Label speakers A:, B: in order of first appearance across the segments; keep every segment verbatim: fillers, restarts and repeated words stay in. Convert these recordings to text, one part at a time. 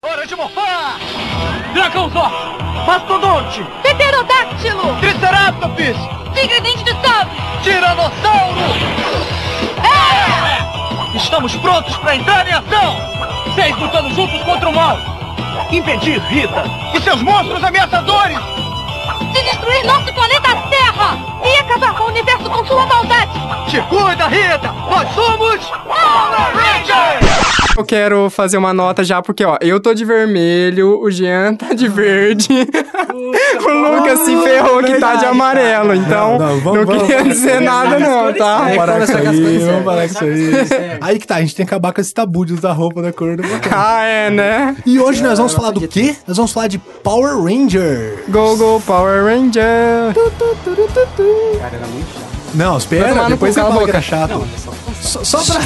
A: Hora de morfar! Dragãozor! Mastodonte!
B: Pterodáctilo!
A: Triceratops!
B: Tigre-dente de sabre!
A: Tiranossauro! É! Estamos prontos para entrar em ação! Seis lutando juntos contra o mal! Impedir Rita e seus monstros ameaçadores!
B: De destruir nosso planeta Terra! E acabar com o universo com sua maldade!
A: Te cuida, Rita! Nós somos Power Rangers!
C: Eu quero fazer uma nota já, porque, ó, eu tô de vermelho, o Jean tá de verde, o Lucas se ferrou que tá de amarelo, então não, não, vamos, não queria vamos, dizer vamos, nada não, tá?
D: Vamos parar com isso aí, vamos parar com isso aí. Aí que tá, a gente tem que acabar com esse tabu de usar roupa da cor do botão.
C: Ah, é, né?
D: E hoje nós vamos falar do quê? Nós vamos falar de Power Ranger.
C: Go, go, Power Ranger. Tu, tu, tu, tu, tu, tu.
E: Cara, era muito chato.
D: Não, espera, depois você fala que era chato. Não, só, só, pra,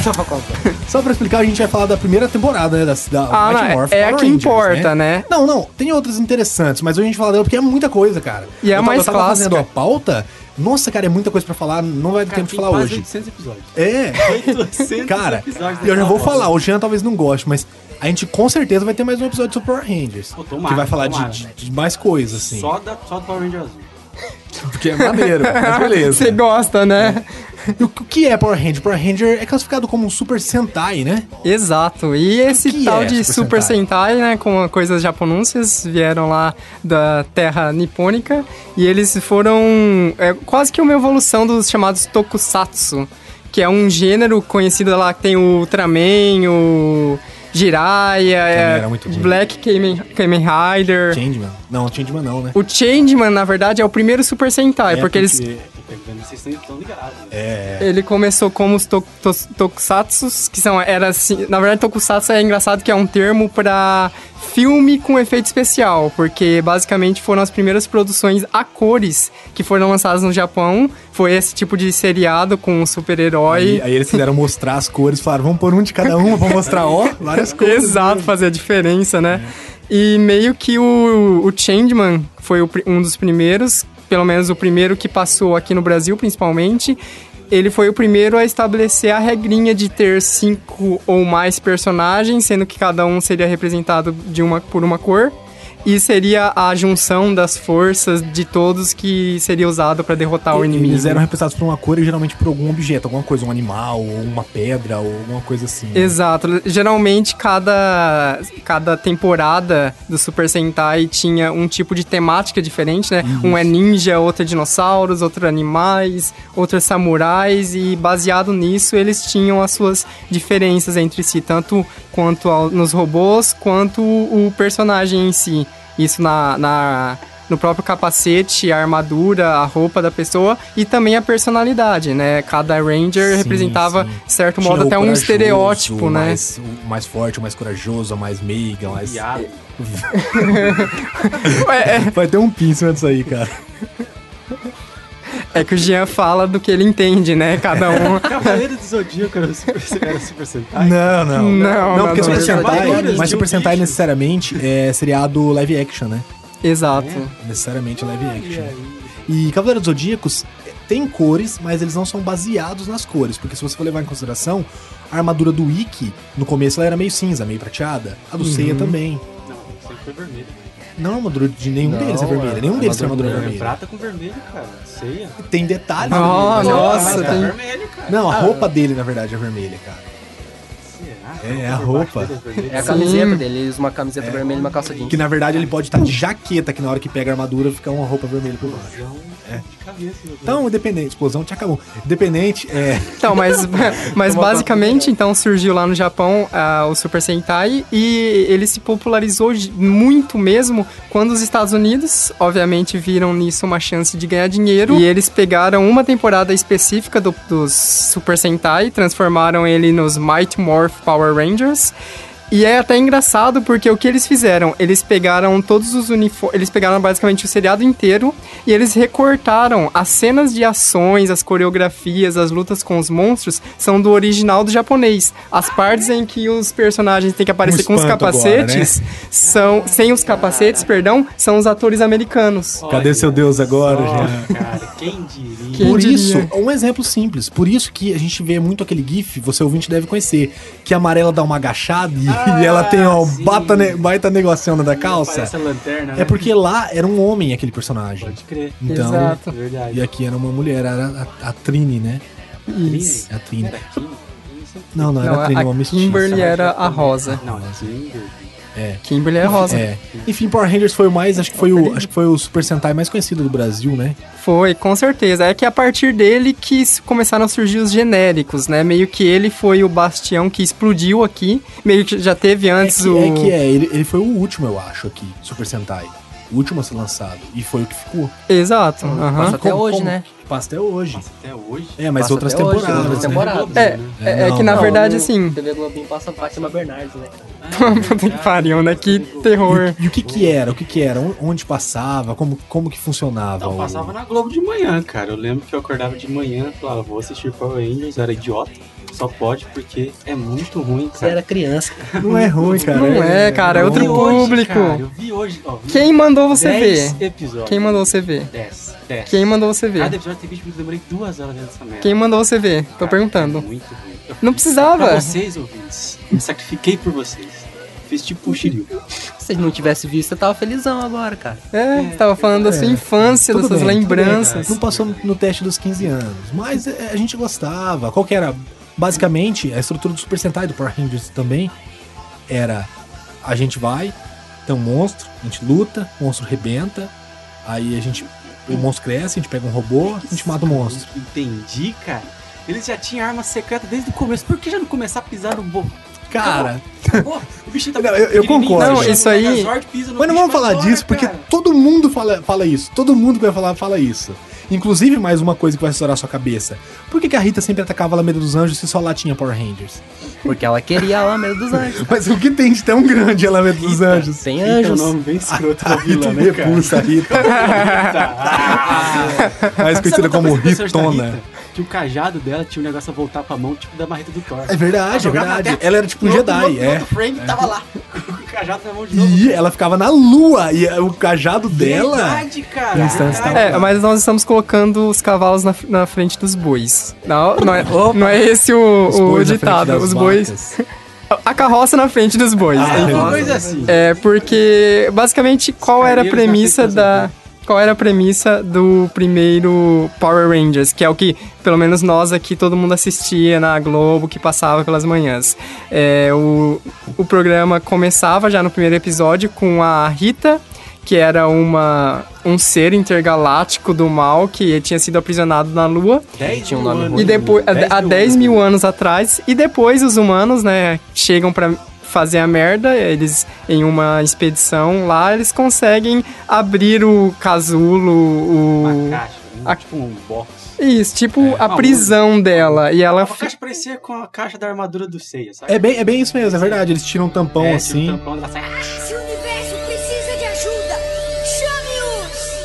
D: só pra explicar, a gente vai falar da primeira temporada, né? Da, da
C: ah,
D: Mighty
C: não,
D: Morph
C: é
D: Power
C: a que
D: Rangers,
C: importa, né?
D: né? Não, não, tem outras interessantes, mas hoje a gente fala dela porque é muita coisa, cara.
C: E é
D: eu,
C: mais
D: eu tava
C: clássica.
D: fazendo a pauta, nossa, cara, é muita coisa pra falar, não vai ter
E: cara,
D: tempo de falar hoje.
E: oitocentos episódios.
D: É,
E: oitocentos
D: cara,
E: episódios
D: eu já vou falar, o Jean talvez não goste, mas a gente com certeza vai ter mais um episódio sobre Power Rangers.
E: Pô, tomara,
D: que vai falar
E: tomara,
D: de, de, de mais coisas, assim.
E: Só, da, só do Power Ranger azul.
D: Porque é maneiro, mas beleza.
C: Você gosta, né?
D: E o que é Power Ranger? Power Ranger é classificado como um Super Sentai, né?
C: Exato. E esse
D: que
C: tal
D: é
C: de
D: Super
C: Super
D: Sentai?
C: Sentai, né, com coisas japonúncias, vieram lá da terra nipônica e eles foram é, quase que uma evolução dos chamados Tokusatsu, que é um gênero conhecido lá que tem o Ultraman, o Jiraiya, é, Black Kamen, Kamen Rider.
D: Changeman. Não, Changeman não, né?
C: O Changeman, na verdade, é o primeiro Super Sentai,
D: é
C: porque,
D: porque
C: eles...
E: Vocês estão ligados.
D: É.
C: Ele começou como os to to Tokusatsu, que são, era assim... Na verdade, Tokusatsu é engraçado que é um termo pra filme com efeito especial, porque basicamente foram as primeiras produções a cores que foram lançadas no Japão. Foi esse tipo de seriado com um super-herói.
D: Aí, aí eles quiseram mostrar as cores, falaram, vamos pôr um de cada uma, vamos mostrar, ó, várias cores.
C: Exato, fazer a diferença, né? É. E meio que o, o Changeman foi o, um dos primeiros, pelo menos o primeiro que passou aqui no Brasil, principalmente. Ele foi o primeiro a estabelecer a regrinha de ter cinco ou mais personagens, sendo que cada um seria representado de uma, por uma cor. E seria a junção das forças de todos que seria usado para derrotar
D: e,
C: o inimigo.
D: Eles eram representados por uma cor e geralmente por algum objeto, alguma coisa, um animal, ou uma pedra, ou alguma coisa assim. Né?
C: Exato. Geralmente, cada, cada temporada do Super Sentai tinha um tipo de temática diferente, né? Isso. Um é ninja, outro é dinossauros, outro é animais, outro é samurais, e baseado nisso, eles tinham as suas diferenças entre si, tanto quanto ao, nos robôs, quanto o personagem em si. Isso na, na, no próprio capacete, a armadura, a roupa da pessoa e também a personalidade, né? Cada Ranger sim, representava, sim. de certo modo, até um estereótipo, né?
D: Mais, o mais forte, o mais corajoso, o mais meiga, o mais... Vai ter um pin em cima disso aí, cara.
C: É que o Jean fala do que ele entende, né? Cada um...
E: Cavaleiro do Zodíaco era Super, era super Sentai?
D: Não, não.
C: Não,
D: não, não porque
C: não,
D: Super Sentai,
E: não,
D: mas Super Sentai necessariamente é seriado live action, né?
C: Exato.
D: É, necessariamente live action. E Cavaleiro dos Zodíacos tem cores, mas eles não são baseados nas cores, porque se você for levar em consideração, a armadura do Ikki, no começo ela era meio cinza, meio prateada. A do uhum. Seiya também.
E: Não, sempre foi vermelha.
D: Não, a armadura de nenhum não, deles é vermelha. Nenhum deles tem armadura vermelha.
E: É prata com vermelho, cara. Ceia.
D: Tem detalhes.
C: Oh,
D: nossa,
C: nossa,
D: tem...
E: é vermelho, cara.
D: Não, a roupa dele, na verdade, é vermelha, cara.
E: Será?
D: É, a roupa.
F: É a camiseta dele. Ele usa uma camiseta é. vermelha e uma calça jeans.
D: Que, na verdade, ele pode estar de jaqueta, que na hora que pega a armadura fica uma roupa vermelha por baixo. É. Então, independente, explosão te acabou. Independente, é...
C: Então, mas, mas basicamente, então, surgiu lá no Japão uh, o Super Sentai e ele se popularizou muito mesmo quando os Estados Unidos, obviamente, viram nisso uma chance de ganhar dinheiro e eles pegaram uma temporada específica do, dos Super Sentai, transformaram ele nos Mighty Morph Power Rangers. E é até engraçado porque o que eles fizeram? Eles pegaram todos os uniformes... Eles pegaram basicamente o seriado inteiro e eles recortaram as cenas de ações, as coreografias, as lutas com os monstros são do original do japonês. As partes em que os personagens têm que aparecer um com os capacetes agora, né? são... Sem os capacetes, perdão, são os atores americanos.
D: Cadê seu Deus agora, gente?
E: Cara, quem diria?
C: Quem
D: Por
C: diria?
D: isso, um exemplo simples. Por isso que a gente vê muito aquele gif, você ouvinte deve conhecer, que a amarela dá uma agachada e e ela tem, ó,
E: sim.
D: bata ne- baita negociando da calça.
E: Parece a lanterna, né?
D: É porque lá era um homem aquele personagem.
E: Pode crer.
D: Então,
C: Exato.
E: É verdade.
D: e aqui era uma mulher, era a, a Trini, né?
C: Isso.
D: A Trini.
E: Era Kim?
D: Não, não era
C: Não,
D: a Trini,
C: a
D: uma mestiça.
C: Kimberly era a rosa.
E: Não, é Kimberly.
D: É.
C: Kimberly é rosa.
D: É. Enfim, Power Rangers foi o mais, acho que foi o, acho que foi o Super Sentai mais conhecido do Brasil, né?
C: Foi, com certeza. É que a partir dele que s- começaram a surgir os genéricos, né? Meio que ele foi o bastião que explodiu aqui. Meio que já teve antes
D: é que,
C: o...
D: É que é, ele, ele foi o último, eu acho, aqui, Super Sentai. O último a ser lançado. E foi o que ficou.
C: Exato. aham.
F: Passa até hoje, né?
D: Passa até hoje.
E: Até hoje.
D: É, mas
F: Passa
D: outras
F: até hoje,
D: temporadas.
F: outras
D: né?
F: temporadas.
C: É, é, é
D: não,
C: que na
D: não,
C: verdade,
F: no
C: assim...
F: T V Globinho passa Fátima Bernardes, né?
C: Puta que pariu, né? Que terror.
D: E, e o que que era? O que que era? Onde passava? Como, como que funcionava?
E: Então,
D: o-
E: passava na Globo de manhã, cara. Eu lembro que eu acordava de manhã e falava, vou assistir Power Rangers, eu era idiota. Só pode porque é muito ruim,
F: Você
E: cara.
F: era criança.
D: Não é ruim, cara.
C: Não é, cara, é
E: Eu
C: outro
E: vi hoje,
C: público.
E: cara, eu vi hoje, ó. vi
C: Quem mandou você
E: dez
C: ver?
E: episódios.
C: Quem mandou você ver?
E: dez. dez.
C: Quem mandou você ver?
E: Cada episódio tem vinte minutos, eu demorei duas horas vendo essa merda.
C: Quem mandou você ver? Tô
E: Cara,
C: perguntando.
E: é muito ruim. Eu
C: Não
E: fiz
C: precisava.
E: Pra vocês, ouvintes. Me sacrifiquei por vocês. Fiz tipo um Shiryu.
F: Se não tivesse visto, eu tava felizão agora, cara.
C: É, você tava falando da sua infância, das
D: Tudo
C: suas
D: bem, tudo bem,
C: lembranças.
D: Não passou no teste dos quinze anos. Mas é, a gente gostava. Qual que era? Basicamente, a estrutura do Super Sentai, do Power Rangers também, era... A gente vai, tem um monstro, a gente luta, o monstro rebenta, aí a gente... O monstro cresce, a gente pega um robô, a gente mata o monstro.
E: Entendi, cara. Eles já tinham arma secreta desde o começo. Por que já não começar a pisar no bo...
D: Cara...
E: Pô, o bichinho tá
D: Não, eu- eu
E: pequenininho,
D: concordo.
C: Não,
E: chama
C: isso
E: o
C: aí-
E: Megazord, pisa no
D: Mas não
E: bicho,
D: vamos falar
E: vai embora,
D: disso, porque
E: cara.
D: todo mundo fala, fala isso. Todo mundo que vai falar, fala isso. Inclusive, mais uma coisa que vai estourar a sua cabeça. Por que, que a Rita sempre atacava a Alameda dos Anjos se só lá tinha Power Rangers?
F: Porque ela queria a Alameda dos Anjos.
D: Mas o que tem de tão grande a Alameda dos Anjos?
F: Tem
E: Rita é um
F: anjos.
E: nome bem escroto
D: A
E: da vilã,
D: Rita
E: né, cara?
D: repulsa, a Rita. Mais conhecida como Ritona.
E: Que o cajado dela tinha um negócio a voltar pra mão, tipo da marreta do Thor.
D: É verdade, é
E: Jogava
D: verdade.
E: até
D: Ela era tipo um
E: no outro-
D: Jedi,
E: no
D: é.
E: outro frame tava lá. O cajado na mão de novo.
D: E ela ficava na lua, e o cajado dela...
E: Verdade, cara.
D: Instância
E: Verdade.
C: É, mas nós estamos colocando os cavalos na, na frente dos bois. Não, não, é, não é esse o,
D: Os
C: o
D: bois na frente
C: ditado.
D: das
C: Os bois.
D: vacas.
C: A carroça na frente dos bois.
D: Ah,
C: Enfim.
E: Uma coisa assim.
C: É, porque basicamente qual era a
E: Carneiros na
C: premissa
E: frente
C: da.
E: das
C: Qual era a premissa do primeiro Power Rangers, que é o que, pelo menos nós aqui, todo mundo assistia na Globo, que passava pelas manhãs. É, o, o programa começava já no primeiro episódio com a Rita, que era uma, um ser intergaláctico do mal que tinha sido aprisionado na Lua.
E: dez
F: Tinha um
E: mil
F: nome
E: anos.
C: E depois, há dez mil anos atrás, e depois os humanos, né, chegam pra fazer a merda, eles, em uma expedição lá, eles conseguem abrir o casulo, o...
E: Uma caixa, né?
C: a-
E: tipo um box.
C: Isso, tipo a
E: Ah,
C: prisão dela, e ela...
E: A
C: fi-
E: caixa parecia com a caixa da armadura do Seiya, sabe?
D: É bem, é bem isso mesmo, é verdade. Eles tiram um tampão
E: É,
D: assim.
E: tira um tampão, ela sai-
B: Se o universo precisa de ajuda, chame-os!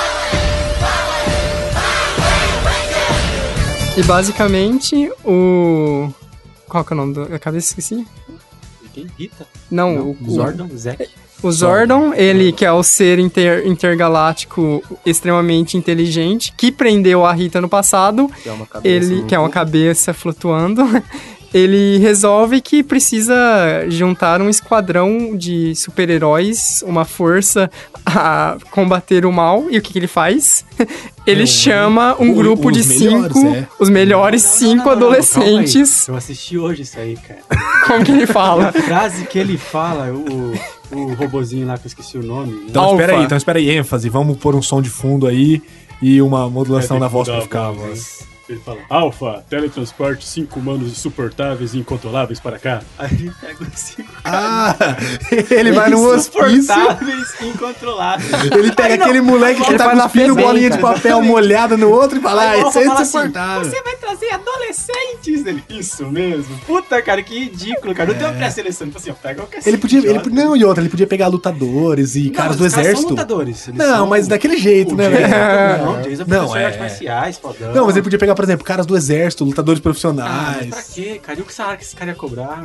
C: E basicamente, o... Qual que é o nome do... Eu acabei de esqueci?
E: Quem? Rita?
C: Não,
E: Não,
C: o, o,
E: Zordon? Zack?
C: o Zordon, ele que é o ser inter- intergaláctico extremamente inteligente, que prendeu a Rita no passado,
F: Que é uma cabeça
C: ele
F: muito-
C: que é uma cabeça flutuando, ele resolve que precisa juntar um esquadrão de super-heróis, uma força a combater o mal. E o que, que ele faz? Ele chama um
D: o-
C: grupo
D: os
C: de
D: melhores,
C: cinco,
D: é.
C: os melhores
E: Não, não,
C: cinco
E: não, não, não,
C: adolescentes.
E: calma aí. Eu assisti hoje isso aí, cara.
C: Como que ele fala?
E: A frase que ele fala, o, o robozinho lá que eu esqueci o nome. Né?
D: Então
C: Alpha.
D: espera aí, então espera aí, ênfase. Vamos pôr um som de fundo aí e uma modulação na voz pra ficar a voz.
G: Ele fala, Alfa, teletransporte cinco humanos insuportáveis e incontroláveis para cá.
E: Aí ele pega os cinco
D: Ah, ele vai no hospício,
E: insuportáveis e incontroláveis.
D: ele pega
E: Aí não,
D: aquele moleque que
C: ele
D: tá
C: vai na
D: cuspindo
C: Febem,
D: bolinha de
C: cara,
D: papel molhada no outro e fala, ah,
E: Aí o
D: isso é
E: Alpha fala assim,
D: insuportável.
E: você vai trazer adolescentes. Ele, isso mesmo. Puta, cara, que ridículo, cara. Não tem uma pré-seleção. Tipo assim, ó, pega o que é
D: Ele podia, ele,
E: idiota.
D: não, e outra, ele podia pegar lutadores e
E: Não,
D: caras
E: mas
D: do
E: os caras
D: exército.
E: São lutadores. Eles
D: Não,
E: são
D: mas daquele jeito,
E: o
D: né,
E: Jason,
D: velho?
E: Não, Jason é
D: Não,
E: professor de
D: é-
E: artes marciais, fodão.
D: Não, mas ele podia pegar, por exemplo, caras do exército, lutadores
E: Ah, mas
D: profissionais.
E: pra quê, cara? E o que salário que esse cara ia cobrar?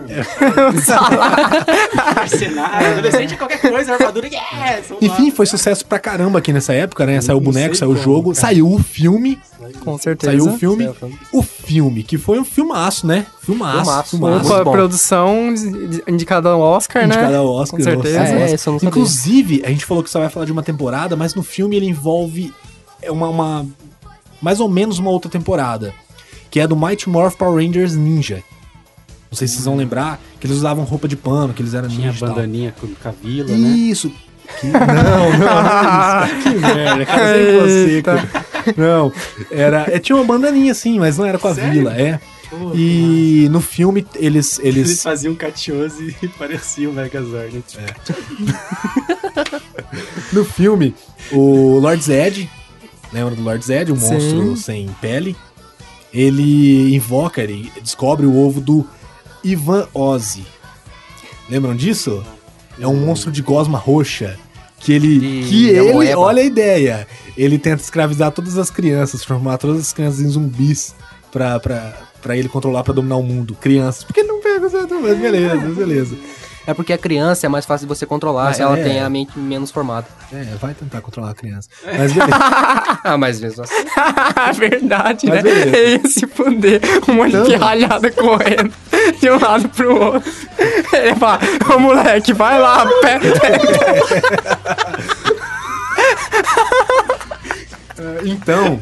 E: Mercenário, adolescente é qualquer coisa, armadura, yes! vamos lá.
D: Enfim, foi sucesso pra caramba aqui nessa época, né? Saiu o
E: não
D: boneco,
E: sei
D: saiu o
E: como,
D: jogo,
E: cara.
D: saiu o filme.
C: Com certeza.
D: Saiu o filme.
F: Saiu o filme.
D: O filme, que foi um filmaço, né? Filmaço.
F: Filmaço.
D: filmaço.
C: Opa,
F: bom.
C: produção indicada ao Oscar, né?
D: Indicada ao Oscar,
C: Com certeza.
D: nossa.
F: É, isso eu não sabia.
D: Inclusive, a gente falou que só vai falar de uma temporada, mas no filme ele envolve uma, uma mais ou menos uma outra temporada, que é do Mighty Morphin Power Rangers Ninja. Não sei se vocês vão lembrar que eles usavam roupa de pano, que eles eram
E: Tinha a
D: ninjas e tal.
E: bandaninha com com a vila, né?
D: Isso. Que... Não, não, não é isso. Que merda, cara, sem você.
C: Eita.
D: cara. Não, era, é, tinha uma bandaninha assim, mas não era com a
E: Sério?
D: vila, é.
E: Pô,
D: E no filme eles
E: Eles
D: eles
E: faziam catiose e parecia o Megazord. Né?
D: no filme o Lord Zed, lembra do Lord Zed, um
C: Sim.
D: monstro sem pele? Ele invoca, ele descobre o ovo do Ivan Ozzy. Lembram disso? É um monstro de gosma roxa. Que ele.
F: De
D: que ele.
F: amoeba.
D: Olha a ideia. Ele tenta escravizar todas as crianças, transformar todas as crianças em zumbis pra, pra, pra ele controlar, pra dominar o mundo. Crianças. Porque ele não pega os adultos, mas beleza, beleza.
F: É porque a criança é mais fácil de você controlar,
D: Mas
F: ela
D: é.
F: tem a mente menos formada.
D: É, vai tentar controlar a criança. Mas beleza.
F: Ah, mas mesmo assim.
C: Verdade,
D: Mas
C: né?
D: beleza.
C: Ele ia se fuder. Um monte
D: Não.
C: de ralhada correndo de um lado pro outro. Ele fala, ô moleque, vai lá, pé.
D: Então.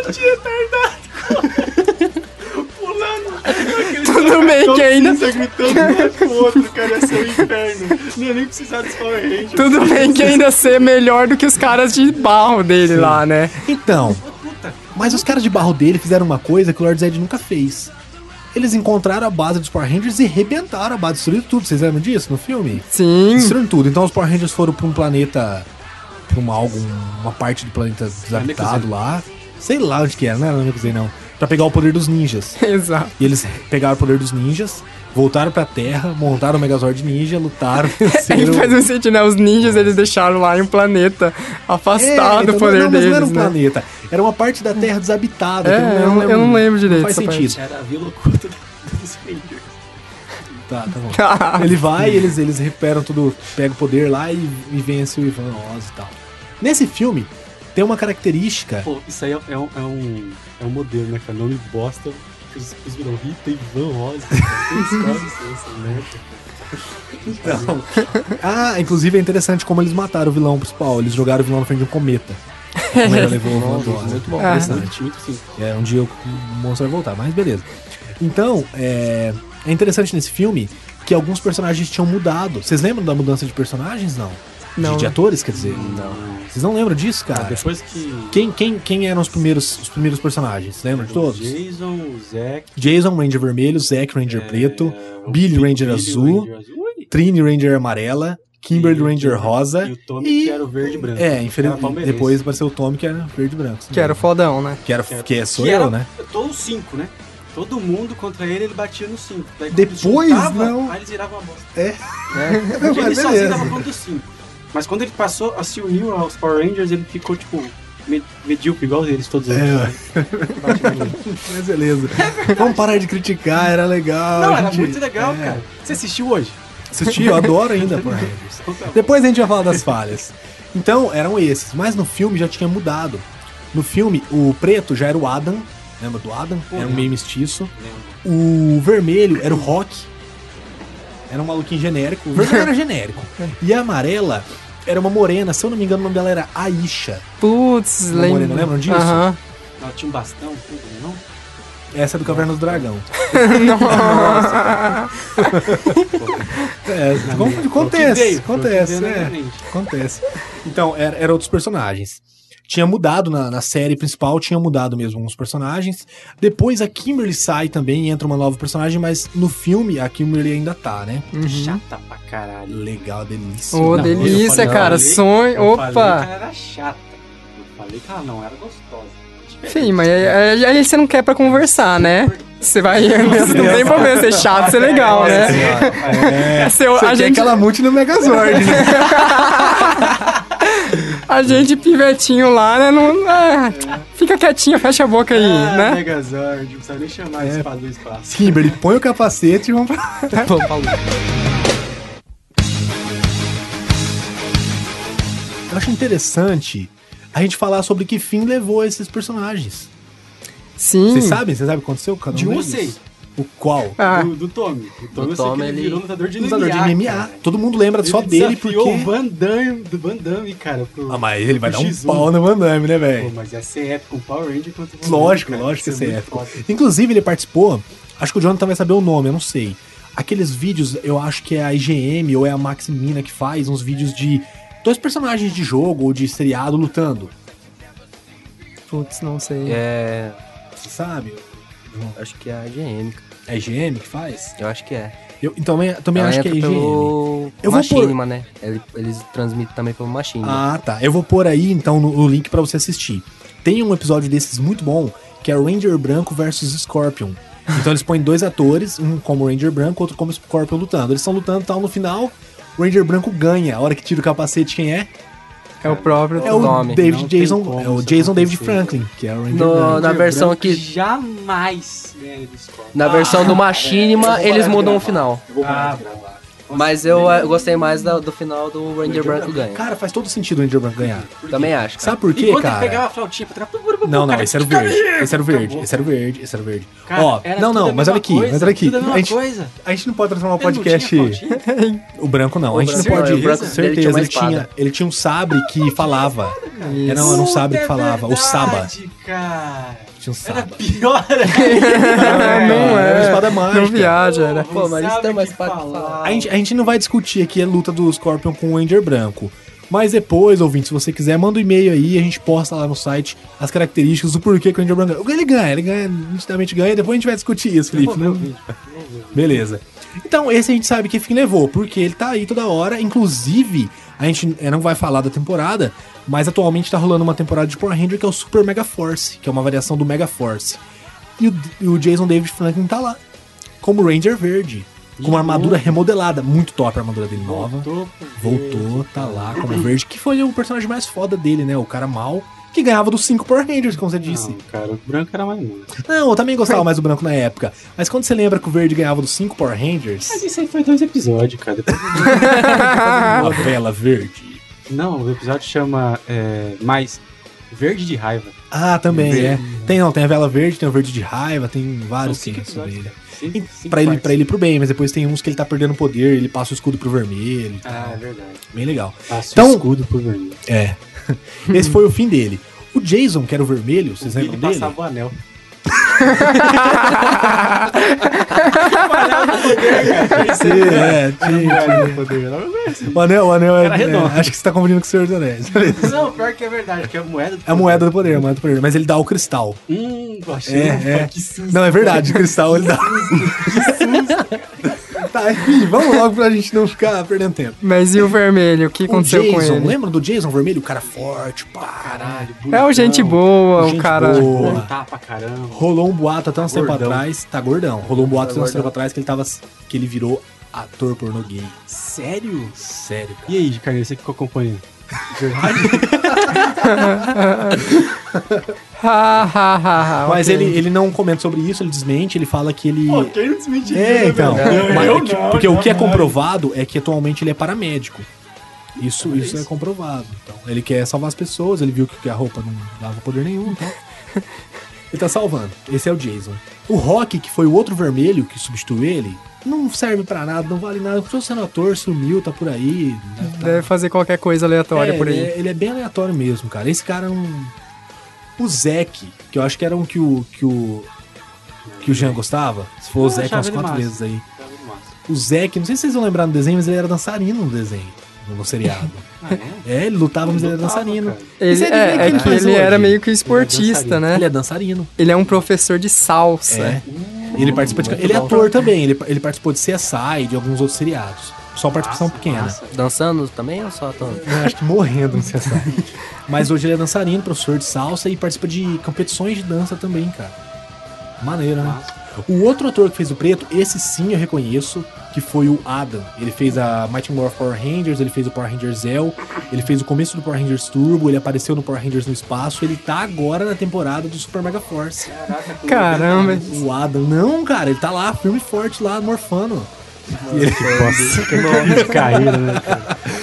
C: Tudo bem que ainda.
E: gritando um pro outro, cara, ia ser um inferno. Não ia nem precisar dos Power Rangers.
C: Tudo bem que ainda ser melhor do que os caras de barro dele lá, né?
D: Então. Mas os caras de barro dele fizeram uma coisa que o Lord Zed nunca fez. Eles encontraram a base dos Power Rangers e arrebentaram a base, destruíram tudo. Vocês lembram disso no filme?
C: Sim.
D: Destruíram tudo. Então os Power Rangers foram pra um planeta. Pra uma, algum, uma parte do planeta desabitado lá. Sei lá onde que era, não era Namekusei não. Pra pegar o poder dos ninjas.
C: Exato.
D: E eles pegaram o poder dos ninjas, voltaram pra Terra, montaram o Megazord Ninja, lutaram,
C: Aí
D: venceram.
C: faz um sentido, né? Os ninjas eles deixaram lá em um planeta afastado
D: então,
C: do poder
D: não, mas
C: deles,
D: não era um
C: né?
D: planeta. Era uma parte da Terra desabitada.
C: É,
D: que
C: eu não- eu não lembro direito
D: Não faz
C: essa
D: sentido.
E: Era a vila oculta dos Rangers.
D: Tá, tá bom. Ele vai, eles, eles recuperam tudo, pega o poder lá e, e vence o Ivan Oz e tal. Nesse filme, tem uma característica.
E: Pô, isso aí é, é um, é, um, é um modelo, né, cara? Nome bosta. Os, os vilão Rita e Van Ozzy. Tem escola essa merda.
D: Então, ah, inclusive é interessante como eles mataram o vilão principal. Eles jogaram o vilão na frente de um cometa. Como ele levou o Van Oz.
E: Muito bom.
C: Ah.
E: Interessante, muito sim.
D: É, um dia o monstro vai voltar, mas beleza. Então, é, é interessante nesse filme que alguns personagens tinham mudado. Vocês lembram da mudança de personagens? Não.
C: Não.
D: De, de atores, quer dizer? Não. Vocês não lembram disso, cara?
E: Depois que...
D: Quem, quem, quem eram os primeiros, os primeiros personagens? Lembram de todos?
E: Jason, o Zack...
D: Jason, Ranger Vermelho, Zack, Ranger Preto,
E: o
D: Billy,
E: Billy,
D: Ranger Azul,
E: Ranger Azul, ui.
D: Trini, Ranger Amarela, Kimberly,
E: E o
D: Ranger
E: Tommy-
D: Rosa
E: E o Tommy,
D: e-
E: que era o verde e branco.
D: É,
E: Era
D: infelizmente.
E: palmeirense.
D: Depois apareceu o Tommy, que era verde e branco.
C: Que era o fodão, né?
D: Que, era,
E: Que era-
D: que é, sou
E: que
D: eu,
E: era
D: né?
E: Todos os cinco, né? Todo mundo contra ele, ele batia no cinco. Daí, quando
D: Depois,
E: ele juntava,
D: não.
E: Aí eles viravam uma bosta.
D: É.
E: Porque ele
D: Mas
E: sozinho
D: beleza.
E: dava conta dos cinco. Mas quando ele passou a se unir aos Power Rangers, ele ficou, tipo, med- medíocre, igual eles todos eles.
D: É. Mas beleza. Vamos parar de criticar, era legal.
E: Não,
D: a
E: era
D: gente-
E: muito legal,
D: é.
E: cara. Você assistiu hoje?
D: Assisti, eu adoro ainda Power Rangers. Depois a gente vai falar das falhas. Então, eram esses. Mas no filme já tinha mudado. No filme, o preto já era o Adam. Lembra do Adam? Era um meio mestiço. O vermelho era o Rock. Era um maluquinho genérico. O vermelho era genérico. E a amarela era uma morena. Se eu não me engano, o nome dela era Aisha.
C: Putz,
D: Uma
C: lembro.
D: morena, lembram disso?
C: Aham.
E: Ela tinha um bastão, tudo, não?
D: Essa é do Caverna do Dragão. É,
E: mente.
D: acontece,
E: veio,
D: acontece,
E: foi o que veio na
D: é,
E: minha mente.
D: acontece. Então, era, era outros personagens. Tinha mudado na, na série principal, tinha mudado mesmo alguns personagens. Depois a Kimberly sai também e entra uma nova personagem, mas no filme a Kimberly ainda tá, né?
E: Chata pra caralho.
D: Legal, delícia.
C: Ô,
E: Não,
C: delícia,
E: eu falei-
C: cara.
E: eu falei-
C: Sonho.
E: Eu falei que
C: Opa.
E: ela era chata. Eu falei que ela não era gostosa.
C: Sim, mas aí, aí- aí você não quer pra conversar, né? Você vai. Não tem problema ser chato, ser legal, né?
D: É,
C: Seu-
D: você
C: a
D: quer
C: gente-
D: que ela mute no Megazord, né?
C: A gente, pivetinho lá, né? Não, ah, fica quietinho, fecha a boca aí,
E: Ah,
C: né?
E: Megazord, não precisa nem chamar esse espaço do espaço.
D: Kimberly, põe o capacete e vamos pra...
F: Vamos pra luta.
D: Eu acho interessante a gente falar sobre que fim levou esses personagens.
C: Sim.
D: Vocês sabem? Vocês sabem o que aconteceu? Cada um
E: De um eu
D: deles?
E: sei.
D: O qual?
C: Ah,
E: Do, do Tommy. O Tommy,
F: Do
E: eu sei
F: Tommy,
E: que ele
F: ele-
E: virou lutador de M M A.
D: Lutador de M M A.
E: cara.
D: Todo mundo lembra só
E: Ele
D: dele
E: desafiou
D: porque...
E: o Van Damme, do Van Damme, cara. Pro,
D: Ah, mas ele vai
E: pro
D: dar um
E: X um.
D: pau no Van Damme, né,
E: Pô,
D: velho?
E: mas ia ser épico, um Power Ranger contra o Van
D: Lógico,
E: Damme, cara.
D: lógico que ia
E: Ia
D: ser
E: muito
D: épico.
E: foda.
D: Inclusive, ele participou... Acho que o Jonathan vai saber o nome, eu não sei. Aqueles vídeos, eu acho que é a I G M ou é a Maximina que faz uns vídeos de dois personagens de jogo ou de seriado lutando.
C: putz, não sei.
F: É.
D: Você sabe?
F: Acho que é a G M.
D: É a I G M que faz?
F: Eu acho que é.
D: Eu então, também, também
F: Ela
D: acho que é a
F: entra
D: I G M.
F: pelo
D: Eu vou
F: Machinima, né? Ele- Eles transmitem também pelo Machinima.
D: Ah, tá. Eu vou pôr aí, então, no, o link pra você assistir. Tem um episódio desses muito bom, que é Ranger Branco versus Scorpion. Então eles põem dois atores, um como Ranger Branco, outro como Scorpion lutando. Eles estão lutando e tal, no final, o Ranger Branco ganha. A hora que tira o capacete, quem é?
C: É o próprio
D: É o
F: Nome.
D: David
E: Não tem
D: Jason,
E: como
D: é o
E: isso
D: Jason David
E: acontecer.
D: Franklin, que é o Ranger
F: No-
D: Branco.
F: na versão
E: Branco
F: que-
E: Jamais ganha do Scorpion.
F: Na versão do Machinima, eles mudam o final.
E: Eu vou parar de gravar.
F: Mas eu, eh, gostei mais da- do final do Ranger Branco ganha.
D: Cara, faz todo sentido o Ranger Branco ganhar.
F: Também acho. cara.
D: Sabe por quê,
E: Enquanto
D: cara?
E: ele pegava a flautinha pra trás...
D: Não, não,
E: cara,
D: esse era o
E: cara,
D: verde. Esse era o verde,
E: acabou.
D: esse era o verde, esse era o verde.
E: Cara,
D: Ó,
E: era
D: não,
E: tudo
D: não,
E: a
D: mas olha
E: mesma
D: aqui,
E: coisa,
D: mas olha aqui.
E: tudo a mesma
D: A gente,
E: coisa.
D: a gente não pode transformar o
E: Ele não
D: podcast.
E: tinha flautinha?
D: O branco não,
F: O
D: a gente não
F: branco
D: pode.
F: não, o branco dele tinha
D: certeza,
F: uma
D: ele
F: espada.
D: tinha, ele tinha um sabre que falava.
C: Isso.
D: Era, um- era um sabre que
E: Puta, é
D: falava, o Saba.
E: verdade, cara.
D: Tinha um
E: Era
D: Saba.
E: pior.
C: Ah, não
D: era uma
C: é.
D: espada mágica.
C: Não viaja, era.
F: Pô, mas isso
E: Sabe
F: tem uma
E: o que
F: espada que
E: falar.
F: fala.
D: A gente, a gente não vai discutir aqui a luta do Scorpion com o Ranger branco. Mas depois, ouvinte, se você quiser, manda um e-mail aí, a gente posta lá no site as características do porquê que o Ranger branco ganha. Ele ganha, ele ganha, nitidamente ganha, depois a gente vai discutir isso, Felipe. Não- Beleza. Então, esse a gente sabe que fim levou, porque ele tá aí toda hora. Inclusive, a gente eh, não vai falar da temporada, mas atualmente tá rolando uma temporada de Power Ranger que é o Super Mega Force, que é uma variação do Mega Force. E o, e o Jason David Franklin tá lá, como Ranger Verde, com uma armadura remodelada. Muito top a armadura dele nova.
E: Voltou,
D: Voltou, tá lá como verde, que foi o personagem mais foda dele, né? O cara mal, que ganhava dos cinco Power Rangers, como você disse.
E: Não, cara, o branco era mais muito.
D: Não, eu também gostava mais do branco na época. Mas quando você lembra que o verde ganhava dos cinco Power Rangers,
E: Mas isso aí foi dois episódios, cara. Depois...
D: a vela verde.
E: Não, o episódio chama é, mais Verde de Raiva.
D: Ah, também, é.
E: Verde.
D: Tem, não, tem a vela verde, tem o verde de raiva, tem vários
E: São cinco
D: que sobre
E: episódios,
D: ele.
E: cara. Cinco- cinco
D: Pra ele,
E: partes.
D: pra ele ir pro bem, mas depois tem uns que ele tá perdendo poder, ele passa o escudo pro vermelho e tal.
E: Ah, é verdade.
D: Bem legal.
E: Passa
D: Então-
E: o escudo pro vermelho.
D: É. Esse foi o fim dele. O Jason, que era o vermelho, vocês
E: Ele
D: lembram dele?
E: passava o anel.
D: Sim, é, tinha, O anel, o anel é,
E: Era redondo.
D: é, acho que você tá confundindo com o Senhor dos Anéis.
E: Não, pior que é verdade, que é a moeda do
D: É a moeda do poder, a moeda do poder. Mas ele dá o cristal.
E: Hum, achei.
D: É, é.
E: Que susto.
D: Não, é verdade, o cristal ele dá. Tá, enfim, vamos logo pra gente não ficar perdendo tempo.
C: Mas e o vermelho? O que
D: O
C: aconteceu com
D: Jason,
C: ele?
D: lembra do Jason vermelho? O cara forte, pá.
E: Caralho,
C: É o gente boa,
D: Gente
C: o cara.
D: boa.
E: Tá pra caramba.
D: Rolou um boato até uns tempo
E: Gordão.
D: atrás. Tá gordão. Rolou um boato até uns
F: gordão.
D: tempo atrás que ele tava. Que ele virou ator pornô gay.
E: Sério?
D: Sério, cara.
E: E aí, Carneiro, você que ficou acompanhando?
C: Ha, ha, ha, ha,
D: Mas
C: ok.
D: ele, ele não comenta sobre isso, ele desmente, ele fala que ele.
E: quem não desmentiria,
D: É, então.
E: velho?
D: Mas
E: Eu
D: é que-
E: não,
D: porque o que é
E: jamais.
D: comprovado é que atualmente ele é paramédico. Isso, isso é comprovado. Então, ele quer salvar as pessoas, ele viu que a roupa não dava poder nenhum, então. Ele tá salvando. Esse é o Jason. O Rock, que foi o outro vermelho que substituiu ele, não serve pra nada, não vale nada. Tô sendo ator, sumiu, tá por aí. né, tá-
C: Deve fazer qualquer coisa aleatória
D: É,
C: por aí.
D: Ele é, ele é bem aleatório mesmo, cara. Esse cara é um. O Zek, que eu acho que era um que o. que o. que o Jean gostava. Se for o
E: Eu
D: Zek
E: achava
D: umas
E: ele
D: quatro
E: massa.
D: vezes aí. O Zek, não sei se vocês vão lembrar no desenho, mas ele era dançarino no desenho. No, no seriado.
E: Ah, é?
D: É, ele lutava, mas ele era
E: Lutava,
D: dançarino.
E: cara.
C: Ele,
D: Esse é de
C: é,
D: ver que
C: é
D: ele
C: que
D: faz
C: ele
D: hoje.
C: era meio que esportista,
E: dançarino.
C: né?
D: Ele é dançarino.
C: Ele é um professor de salsa.
D: É. Ele participa de. Ele é ator também. Ele, ele participou de C S I e de alguns outros seriados. Só participação
E: Massa,
D: pequena.
E: massa.
F: Dançando também ou só atuando?
D: Eu acho que morrendo no C S I. Mas hoje ele é dançarino, professor de salsa e participa de competições de dança também, cara. Maneiro, né? O outro ator que fez o preto, esse sim eu reconheço, que foi o Adam. Ele fez a Mighty Morphin Power Rangers, ele fez o Power Rangers Zell, ele fez o começo do Power Rangers Turbo, ele apareceu no Power Rangers no espaço, ele tá agora na temporada do Super Mega Force.
C: Caramba.
D: O Adam, não, cara, ele tá lá, firme e forte lá, morfando.
E: Nossa, que carreira, né, cara?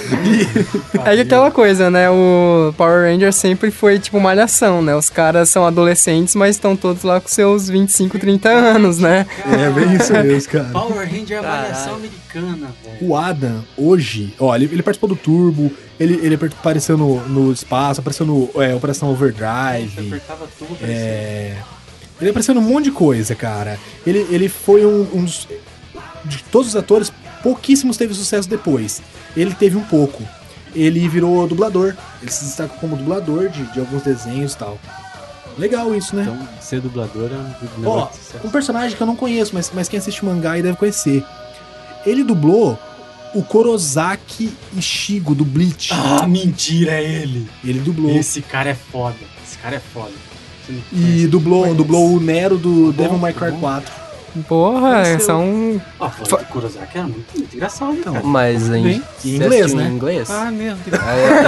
C: É que aquela coisa, né? O Power Ranger sempre foi tipo malhação, né? Os caras são adolescentes, mas estão todos lá com seus vinte e cinco, trinta anos, né?
D: É bem isso mesmo, cara.
E: Power Ranger é a malhação americana, velho.
D: O Adam, hoje, ó, ele, ele participou do Turbo, ele, ele apareceu no, no espaço, apareceu no é, Operação Overdrive.
E: Você apertava tudo,
D: É... Ele apareceu num monte de coisa, cara. Ele, ele foi um, um dos... De todos os atores, pouquíssimos teve sucesso depois. Ele teve um pouco. Ele virou dublador. Ele se destacou como dublador de, de alguns desenhos e tal. Legal isso, né?
E: Então, ser dublador é um
D: Ó,
E: negócio de sucesso.
D: um personagem que eu não conheço, mas, mas quem assiste mangá aí deve conhecer. Ele dublou o Kurosaki Ishigo, do Bleach.
E: Ah, mentira, é ele.
D: Ele dublou.
E: Esse cara é foda. Esse cara é foda. Você não
D: E
E: conhece?
D: dublou,
E: Conhece.
D: dublou o Nero do
E: Tá bom,
D: Devil May
E: tá
D: Cry
E: bom.
D: quatro.
C: Porra,
E: Conheceu.
C: são...
E: Ah, falando do Kurosaki era muito, muito engraçado, cara.
F: Mas em,
E: Bem,
D: em
F: você
D: inglês,
F: assistiu
D: né?
F: Em inglês?
E: Ah, meu Deus.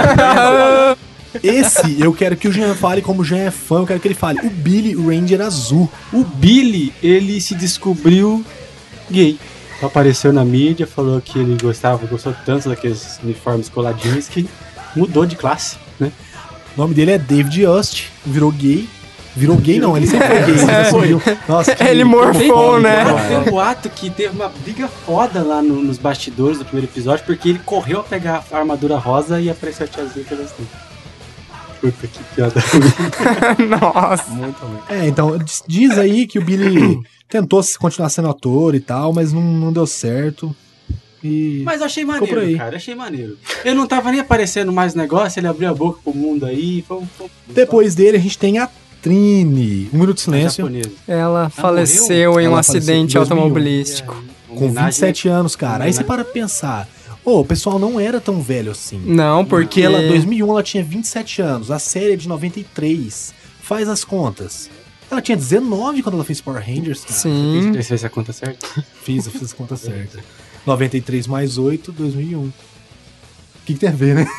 D: Esse, eu quero que o Jean fale, como o Jean é fã, eu quero que ele fale. O Billy Ranger Azul.
E: O Billy, ele se descobriu gay. Apareceu na mídia, falou que ele gostava, gostou tanto daqueles uniformes coladinhos que mudou de classe, né?
D: O nome dele é David Yost, virou gay. Virou gay não, ele sempre foi gay. Ele assumiu. Nossa, que-
C: Ele morfou,
D: que-
C: né?
E: Tem um boato que teve uma briga foda lá no- nos bastidores do primeiro episódio, porque ele correu a pegar a armadura rosa e apareceu a tiazinha pela assim. Puta que piada ruim.
C: Nossa.
E: Muito ruim.
D: É, então, diz- diz aí que o Billy tentou continuar sendo ator e tal, mas não, não deu certo. E...
E: Mas eu achei
D: Ficou por aí.
E: maneiro, cara, achei maneiro. Eu não tava nem aparecendo mais negócio, ele abriu a boca pro mundo aí. Foi um, foi um-
D: Depois dele, a gente tem a Trine. Um minuto de
E: a
D: silêncio.
E: japonesa.
C: Ela faleceu em um
D: Ela
C: acidente
D: faleceu em dois mil e um.
C: automobilístico.
D: Com vinte e sete anos, cara. Aí você para pra pensar. Ô, o pessoal não era tão velho assim.
C: Não, porque...
D: Porque ela, em dois mil e um, ela tinha vinte e sete anos. A série é de noventa e três. Faz as contas. Ela tinha dezenove quando ela fez Power Rangers, cara.
C: Sim.
E: Deixa eu ver se a conta certa.
D: Fiz, eu fiz as contas certas. noventa e três mais oito, dois mil e um. O que, que tem a ver, né?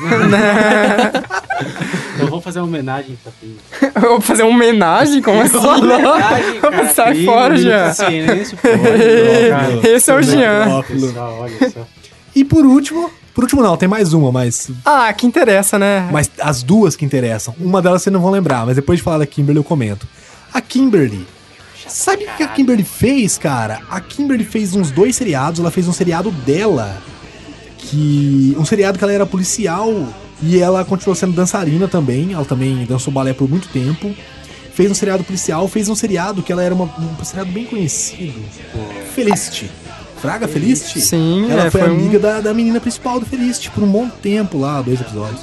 E: Então vamos fazer uma homenagem pra Trine.
C: Eu vou fazer uma homenagem? Como assim?
E: Homenagem, cara,
C: Sai
E: Trine,
C: fora,
E: minuto
C: Jean.
E: de silêncio, pô. Olha, cara.
C: Esse é o Jean.
E: Pessoal, olha só.
D: E por último... Por último não, tem mais uma, mas...
C: Ah, que interessa, né?
D: Mas as duas que interessam. Uma delas vocês não vão lembrar, mas depois de falar da Kimberly eu comento. A Kimberly... Sabe o que a Kimberly fez, cara? A Kimberly fez uns dois seriados. Ela fez um seriado dela. Que... Um seriado que ela era policial. E ela continuou sendo dançarina também. Ela também dançou balé por muito tempo. Fez um seriado policial. Fez um seriado que ela era uma, um seriado bem conhecido. Felicity. Fraga Felicity?
C: Sim,
D: Ela
C: é,
D: foi,
C: foi um-
D: amiga da, da menina principal do Felicity por um bom tempo lá, dois episódios.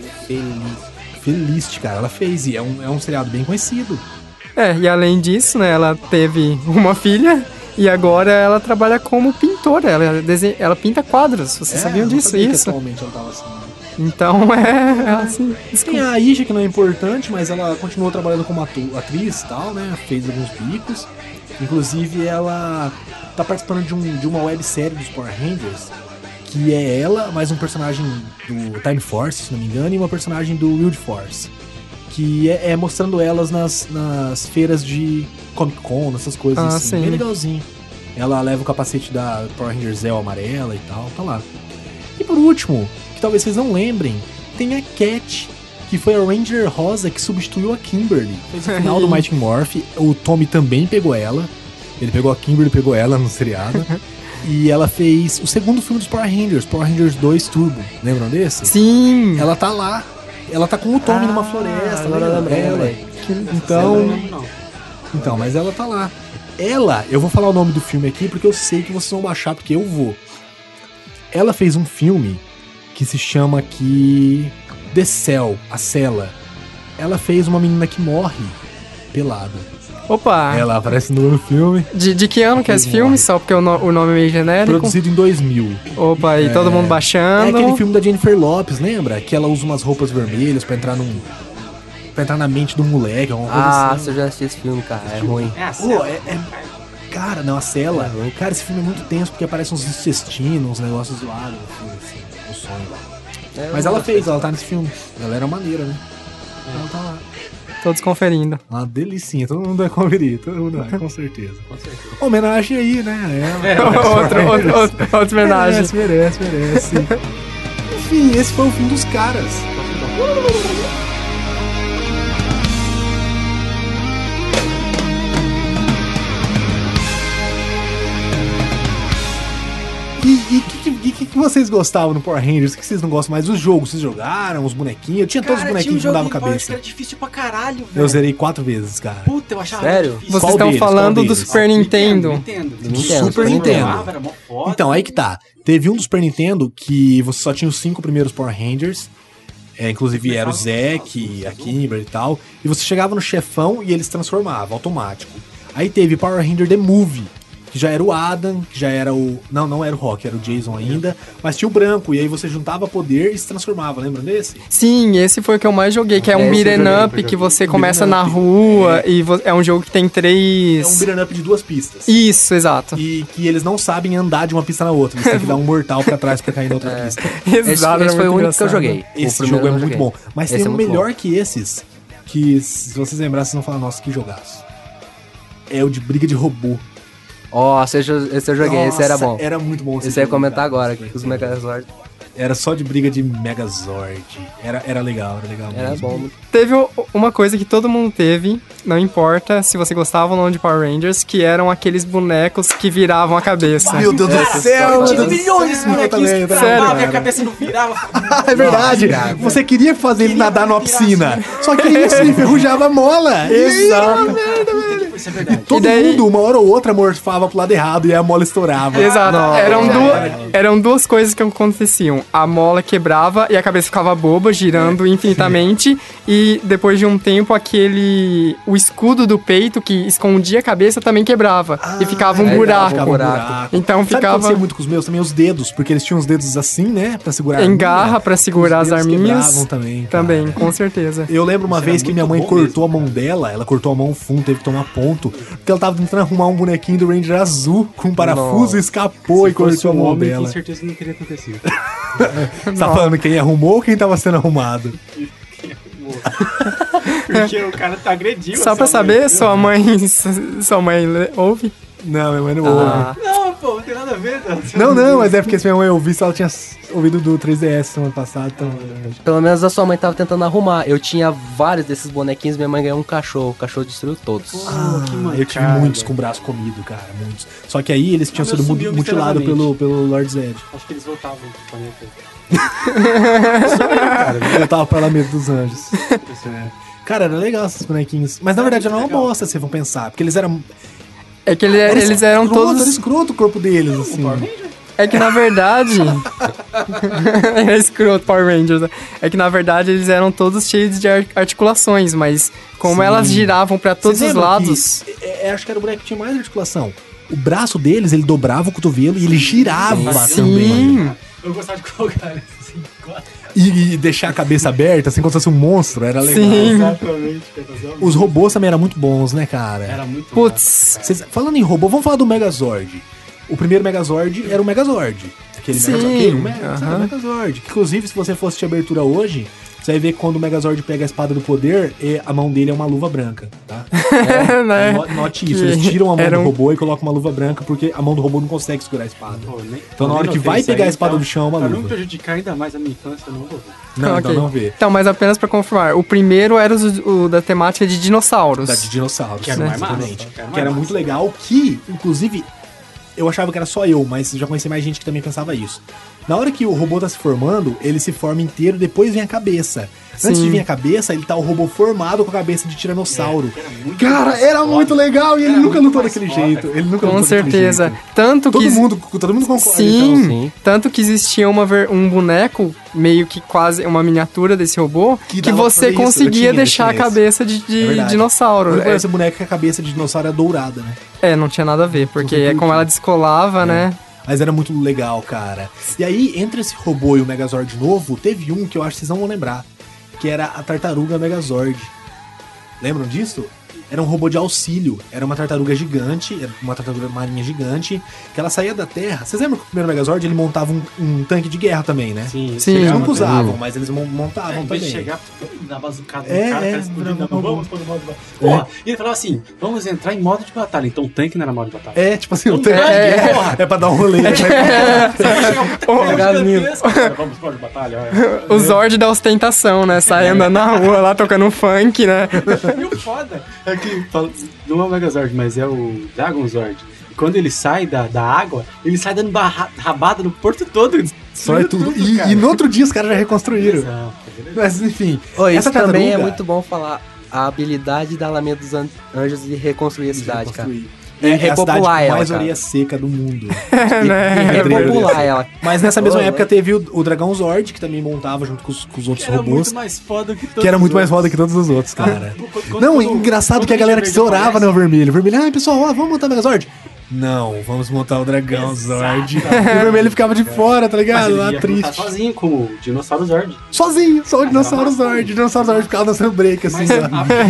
D: Felicity, cara, ela fez. E é um, é um seriado bem conhecido.
C: É, e além disso, né, ela teve uma filha e agora ela trabalha como pintora. Ela, desenha, ela pinta quadros. Vocês
D: É,
C: sabiam
D: eu não
C: disso?
D: sabia que
C: Isso.
D: atualmente ela tava assim.
C: Então é, ela assim.
D: Tem a Isha, que não é importante, mas ela continuou trabalhando como atu- atriz e tal, né? Fez alguns bicos. Inclusive, ela tá participando de, um, de uma websérie dos Power Rangers, que é ela, mais um personagem do Time Force, se não me engano, e uma personagem do Wild Force. Que é, é mostrando elas nas, nas feiras de Comic Con, nessas coisas
C: Ah,
D: assim.
C: sim.
D: Bem legalzinho. Ela leva o capacete da Power Ranger Zell amarela e tal, tá lá. E por último, que talvez vocês não lembrem, tem a Cat, que foi a Ranger Rosa que substituiu a Kimberly. Fez o final do Mighty Morph, o Tommy também pegou ela. Ele pegou a Kimberly, pegou ela no seriado. E ela fez o segundo filme dos Power Rangers, Power Rangers dois Turbo. Lembram desse?
C: Sim!
D: Ela tá lá. Ela tá com o Tommy
C: Ah,
D: numa floresta.
F: agora eu
D: lembra?
F: lembrei,
D: Ela.
F: lembrei.
D: Então,
E: Não, não.
D: então, mas ela tá lá. Ela, eu vou falar o nome do filme aqui porque eu sei que vocês vão baixar, porque eu vou. Ela fez um filme que se chama aqui The Cell, a Cela. Ela fez uma menina que morre pelada.
C: Opa!
D: Ela aparece no filme,
C: De, de que ano que é esse
D: Morre.
C: filme? Só porque o, no- o nome é meio genérico.
D: produzido em dois mil.
C: Opa, e todo mundo
D: É
C: baixando.
D: aquele filme da Jennifer Lopez, lembra? Que ela usa umas roupas vermelhas pra entrar num... Pra entrar na mente do moleque, alguma coisa
F: Ah,
D: assim.
F: você já assistiu esse filme, cara. É ruim.
E: É a
D: Pô,
E: Cela.
D: é, é- Cara, não, a Cela.
F: É ruim.
D: Cara, esse filme é muito tenso porque aparecem uns intestinos, uns negócios zoados no filme, assim, no sonho.
F: É,
D: Mas
F: eu
D: ela
F: gostei.
D: fez, ela tá nesse filme. Ela era maneira, né? Ela tá lá.
C: Todos conferindo.
D: Uma delicinha, todo mundo vai conferir, todo mundo vai, com certeza.
E: Com certeza.
D: Homenagem aí, né? Ela.
E: É,
C: outro, outro, outro, outra homenagem.
D: Merece, merece, merece. Enfim, esse foi o fim dos caras. E o que, que, que vocês gostavam no Power Rangers? O que vocês não gostam mais? Os jogos, vocês jogaram? Os bonequinhos? Eu tinha todos os bonequinhos que mudavam a cabeça.
E: Que era difícil pra caralho, velho.
D: Eu zerei quatro vezes, cara.
E: Puta, eu achava
F: Sério?
E: muito difícil.
C: Vocês
D: Qual
C: estão
D: deles?
C: falando
D: Qual
C: do
D: deles?
C: Super Nintendo.
E: Nintendo.
F: Nintendo,
D: Super
F: Super
D: Nintendo.
E: Ah, era mó foda.
D: Então, aí que tá. Teve um do Super Nintendo que você só tinha os cinco primeiros Power Rangers. É, inclusive era o Zack, a Kimber e tal. E você chegava no chefão e eles se transformavam, automático. Aí teve Power Ranger The Movie, que já era o Adam, que já era o... Não, não era o Rock, era o Jason ainda. Mas tinha o branco, e aí você juntava poder e se transformava, lembra desse?
C: Sim, esse foi o que eu mais joguei, que é um
F: Esse eu
C: beat'em
F: joguei,
C: up,
F: eu
C: que
F: joguei.
C: você
D: Um
C: começa
D: beat'em
C: na
D: up.
C: rua e vo- é um jogo que tem
D: É um
C: três...
D: beat'em up de duas pistas.
C: Isso, exato.
D: E que eles não sabem andar de uma pista na outra. Eles têm que dar um mortal pra trás pra cair na outra pista.
F: Esse,
C: Exato,
F: esse
C: era
F: foi o
C: muito
F: único que eu
C: engraçado.
F: joguei.
D: Esse
F: O
D: jogo
F: primeiro
D: é
F: eu
D: muito
F: joguei.
D: bom. Mas
F: Esse
D: tem
F: é
D: um
F: muito
D: melhor
F: bom.
D: que esses, que se vocês lembrarem, vocês vão falar, nossa, que jogaço. É o de briga de robô.
F: Ó, esse, eu- esse eu joguei, esse era
D: Nossa,
F: bom.
D: Era muito bom.
F: Esse eu ia
D: jogo,
F: comentar
D: cara.
F: agora, que os Megazord
D: Era só de briga de Megazord. Era, era legal, era legal
F: era
D: mesmo.
F: bom.
C: Teve o- uma coisa que todo mundo teve, não importa se você gostava ou não de Power Rangers, que eram aqueles bonecos que viravam a cabeça.
D: Meu Deus do céu!
E: Eu
D: meu
E: tive
D: Deus do
E: milhões
D: céu,
E: de bonequinhos
D: também,
E: que
D: também,
E: travavam e
D: cara.
E: a cabeça não virava.
D: É verdade. Você queria fazer ele
E: Queria
D: nadar numa
E: virar
D: piscina.
E: assim.
D: Só que isso ele enferrujava a mola.
C: Exato.
E: Isso é verdade.
D: Todo
C: E daí-
D: mundo, uma hora ou outra, morfava pro lado errado e aí a mola estourava.
C: Exato. eram,
D: já
C: duas,
D: era.
C: eram duas coisas que aconteciam. A mola quebrava e a cabeça ficava boba, girando infinitamente. E depois de um tempo, aquele... O escudo do peito que escondia a cabeça também quebrava. e ficava um
F: é,
C: buraco.
F: ficava um buraco.
C: Então
D: Sabe o que
C: ficava
D: acontecia muito com os meus? Também os dedos, porque eles tinham os dedos assim, né? Pra segurar a
C: em
D: arminha.
C: garra pra segurar
D: Os
C: as
D: dedos
C: arminhas.
D: quebravam também. cara.
C: Também, com certeza.
D: Eu lembro uma
E: Isso
D: vez
E: era
D: que minha
E: muito
D: mãe
E: bom
D: cortou a mão dela, ela cortou a mão fundo, teve que tomar ponto, porque ela tava tentando arrumar um bonequinho do Ranger azul com um parafuso,
F: Nossa.
D: escapou e
E: Se fosse
D: cortou a
E: um
D: mão
E: homem,
D: dela.
E: com certeza não teria acontecido.
D: Você tá falando quem arrumou ou quem tava sendo arrumado?
E: Porque o cara tá agredindo.
C: Só pra saber, sua mãe, sua mãe le- ouve?
D: Não, minha mãe não
C: Ah.
D: ouve.
E: Não, pô, não tem nada a ver.
D: Não, não, mas é porque se minha mãe ouvisse, ela tinha ouvido do três D S semana passada, então...
F: Pelo menos a sua mãe tava tentando arrumar. Eu tinha vários desses bonequinhos, minha mãe ganhou um cachorro. O cachorro destruiu todos.
E: Ah, que
D: Eu tive
E: mancada.
D: muitos com o braço comido, cara, muitos. Só que aí eles tinham
E: O meu
D: sido mu-
E: sumiu
D: mutilados pelo, pelo Lord Zed.
E: Acho que eles voltavam pro planeta.
D: Eu tava pra lá medo dos anjos. Cara, era legal esses bonequinhos. Mas na verdade era uma bosta, se vocês vão pensar. Porque eles eram.
C: É que ele-
D: era
C: eles eram
D: escroto,
C: todos...
D: Era escroto o corpo deles, assim.
C: É que na verdade. é escroto, Power Rangers. né? É que na verdade eles eram todos cheios de ar- articulações, mas como
D: Sim.
C: elas giravam pra todos
D: Vocês
C: os
D: lembram
C: lados.
D: que- é, é, acho que era o boneco que tinha mais articulação. O braço deles, ele dobrava o cotovelo e ele girava também.
C: Sim.
E: Eu gostava de colocar eles assim, quatro.
D: E, e deixar a cabeça aberta, assim como se fosse um monstro. Era legal.
C: Sim.
E: Exatamente. Os...
D: Os robôs também eram muito bons, né, cara?
E: Era muito
C: Putz.
D: Vocês- falando em robô, vamos falar do Megazord. O primeiro Megazord era o Megazord. Aquele
C: Sim,
D: Megazord. Aquele, o Me-
C: aham.
D: sabe, o Megazord. Que, inclusive, se você fosse de abertura hoje, você vai ver que quando o Megazord pega a espada do poder, é- a mão dele é uma luva branca, tá?
C: né?
D: No- Note isso,
C: Que
D: eles tiram a mão
C: era
D: do
C: um-
D: robô e colocam uma luva branca porque a mão do robô não consegue segurar a espada.
E: Pô, nem-
D: Então, na
E: nem
D: hora que
E: notei
D: vai
E: isso
D: pegar a
E: aí,
D: espada
E: então,
D: do chão, é uma
E: pra não
D: luva.
E: prejudicar ainda mais a minha infância, eu não vou ver.
D: Não,
C: Ok.
D: então não vê.
C: Então, mas apenas pra confirmar, o primeiro era o, o da temática de dinossauros.
D: Da de dinossauros.
E: Que era
D: né?
E: mais massa,
D: Exatamente.
E: que era mais
D: Que era
E: massa.
D: muito legal, que, inclusive, eu achava que era só eu, mas já conheci mais gente que também pensava isso. Na hora que o robô tá se formando, ele se forma inteiro, depois vem a cabeça. Antes
C: Sim.
D: de vir a cabeça, ele tá o robô formado com a cabeça de tiranossauro.
E: Era muito
D: Cara,
E: mais
D: era
E: foda.
D: muito legal e ele
E: Era
D: nunca
E: muito
D: lutou
E: mais
D: daquele
E: foda,
D: jeito. Ele nunca
C: Com
D: lutou daquele
C: certeza.
D: jeito.
C: Tanto
D: Todo
C: que.
D: mundo, todo mundo concorda.
C: Sim,
D: então.
F: Sim.
C: tanto que existia uma ver- um boneco, meio que quase uma miniatura desse robô,
D: Que
C: que,
D: dava pra
C: você
D: fazer isso, eu
C: conseguia
D: tinha, eu
C: deixar a
D: tinha esse.
C: cabeça de, de
D: É verdade.
C: dinossauro.
D: Quando
C: É,
D: esse boneco que a cabeça de dinossauro é dourada, né?
C: é, não tinha nada a ver, porque
D: Tudo
C: é como
D: curto.
C: ela descolava, né?
D: Mas era muito legal, cara. E aí, entre esse robô e o Megazord novo, teve um que eu acho que vocês não vão lembrar. Que era a tartaruga Megazord. Lembram disso? era um robô de auxílio. Era uma tartaruga gigante, era uma tartaruga marinha gigante, que ela saía da Terra. Vocês lembram que o primeiro Megazord ele montava um, um tanque de guerra também, né?
E: Sim,
C: Sim.
D: Eles nunca
E: chegava-
D: usavam, mas eles mon- montavam
E: É, em vez de
D: também.
E: chegar, dar bazucada no
D: É,
E: cara,
D: é,
E: cara explodindo,
D: virava
E: não,
D: robô.
E: vamos pôr no modo de batalha. Porra, e ele falava assim, vamos entrar em modo de batalha. Então o tanque não era modo de batalha.
D: É, tipo assim, o
E: Não
D: tanque
E: pode,
D: é,
E: porra.
D: é pra dar um rolê. né?
F: Pegar as minas.
E: Gigantesco, cara, vamos para de batalha. olha.
C: O Zord da ostentação, né? Sai andando na rua lá, tocando um funk, né?
E: E o foda é que, fala- não é o Megazord, mas é o Dragon Zord. E quando ele sai da, da água, ele sai dando barra, rabada no porto todo.
D: Só é
E: destruindo
D: tudo. E,
E: cara.
D: e no outro dia os caras já reconstruíram.
E: Beleza, beleza.
D: Mas enfim.
F: Ô, isso
D: essa
F: também é
D: tartaruga-
F: muito bom falar. A habilidade da Alameda dos An- Anjos de reconstruir a cidade, cara.
D: Reconstruir. É, é a cidade
F: repopular
D: com
F: ela,
D: mais
F: cara.
D: orelha seca do mundo.
F: E repopular ela.
D: Mas nessa mesma
F: Ô,
D: época teve o, o Dragão Zord, que também montava junto com os, com os outros
E: Que era
D: robôs.
E: muito mais foda que todos
D: Que era
E: os
D: muito mais
E: outros.
D: foda que todos os outros, cara.
E: Quando-
D: Não,
E: quando-
D: engraçado
E: quando
D: que a
E: o
D: galera que
E: Ninja Verde
D: zorava, né, o
E: aparece-
D: vermelho. O vermelho, ah, pessoal, ó, vamos montar o Megazord? Não, vamos montar o Dragão Zord. E o vermelho ficava de fora, tá
E: Mas
D: ligado?
E: ele
D: Lá
E: ia
D: triste.
E: lutar sozinho com o Dinossauro Zord.
D: Sozinho, só o Dinossauro Zord. O Dinossauro Zord ficava dançando break, assim,
E: Mas
D: ó.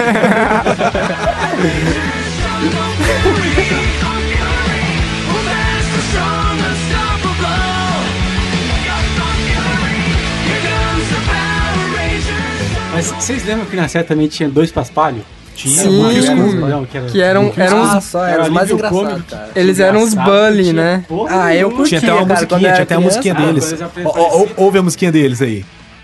E: Mas vocês lembram que na série também tinha dois paspalhos?
D: Tinha
C: Sim,
D: uma-
E: Que era,
C: Sim.
E: não, que era,
C: Que eram, eram
F: Ah,
C: os,
F: só era os mais
E: alívio
F: engraçados,
E: cômico.
F: cara.
C: eles eram os
E: Engraçado,
C: bully,
E: tinha
C: né?
E: porra
F: Ah, eu
E: nenhuma.
F: curti.
D: Tinha até uma
F: cara, quando
D: musiquinha,
F: eu
D: tinha
F: era
D: até a
F: criança.
D: musiquinha
E: Ah,
D: deles.
E: quando eles
D: Ó, ó, ó,
E: apareciam.
D: ouve a musiquinha deles aí.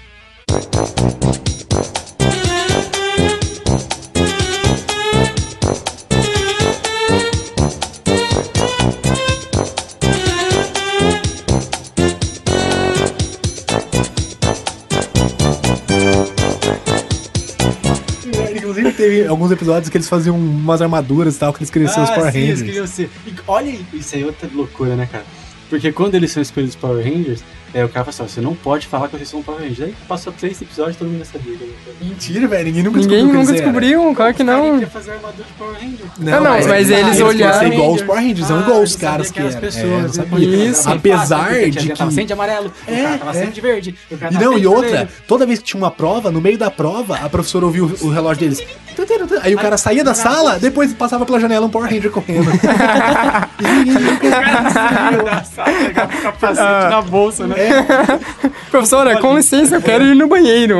D: Inclusive teve alguns episódios que eles faziam umas armaduras e tal, que eles queriam ser os
E: Ah,
D: Power
E: sim, eles
D: Rangers.
E: queriam ser. E olha aí, isso aí é outra loucura, né, cara? Porque quando eles são escolhidos Power Rangers, é, o cara fala assim, ó, você não pode falar que vocês são Power Rangers. Aí passou três episódios e todo mundo já sabia. Que era.
D: Mentira, velho, ninguém nunca
C: Ninguém
D: descobriu
C: nunca
D: que eles eram.
C: descobriu, claro que
E: O cara
C: não.
E: queria fazer armadura de Power Ranger.
C: Não, não, mas eles
D: queriam
C: olharam-
D: ser igual os Power Rangers, não
E: Ah,
D: igual os
E: não
D: caras
E: sabia
D: que
E: eram
D: eram.
E: as pessoas,
D: É, não
E: né?
D: sabia.
C: Isso.
D: Apesar
E: Porque
D: de
E: a gente tava
D: que-
E: sempre de amarelo, o
D: É,
E: cara tava
D: é.
E: sempre de verde. O cara
D: E
E: tava
D: não,
E: sempre
D: e
E: de
D: outra,
E: vermelho.
D: toda vez que tinha uma prova, no meio da prova, a professora ouvia o, o relógio deles. Aí o cara saía da sala, depois passava pela janela um Power Ranger correndo.
E: O cara saiu da sala, pegava o capacete na bolsa, né?
C: Professora, com licença, eu quero ir no banheiro.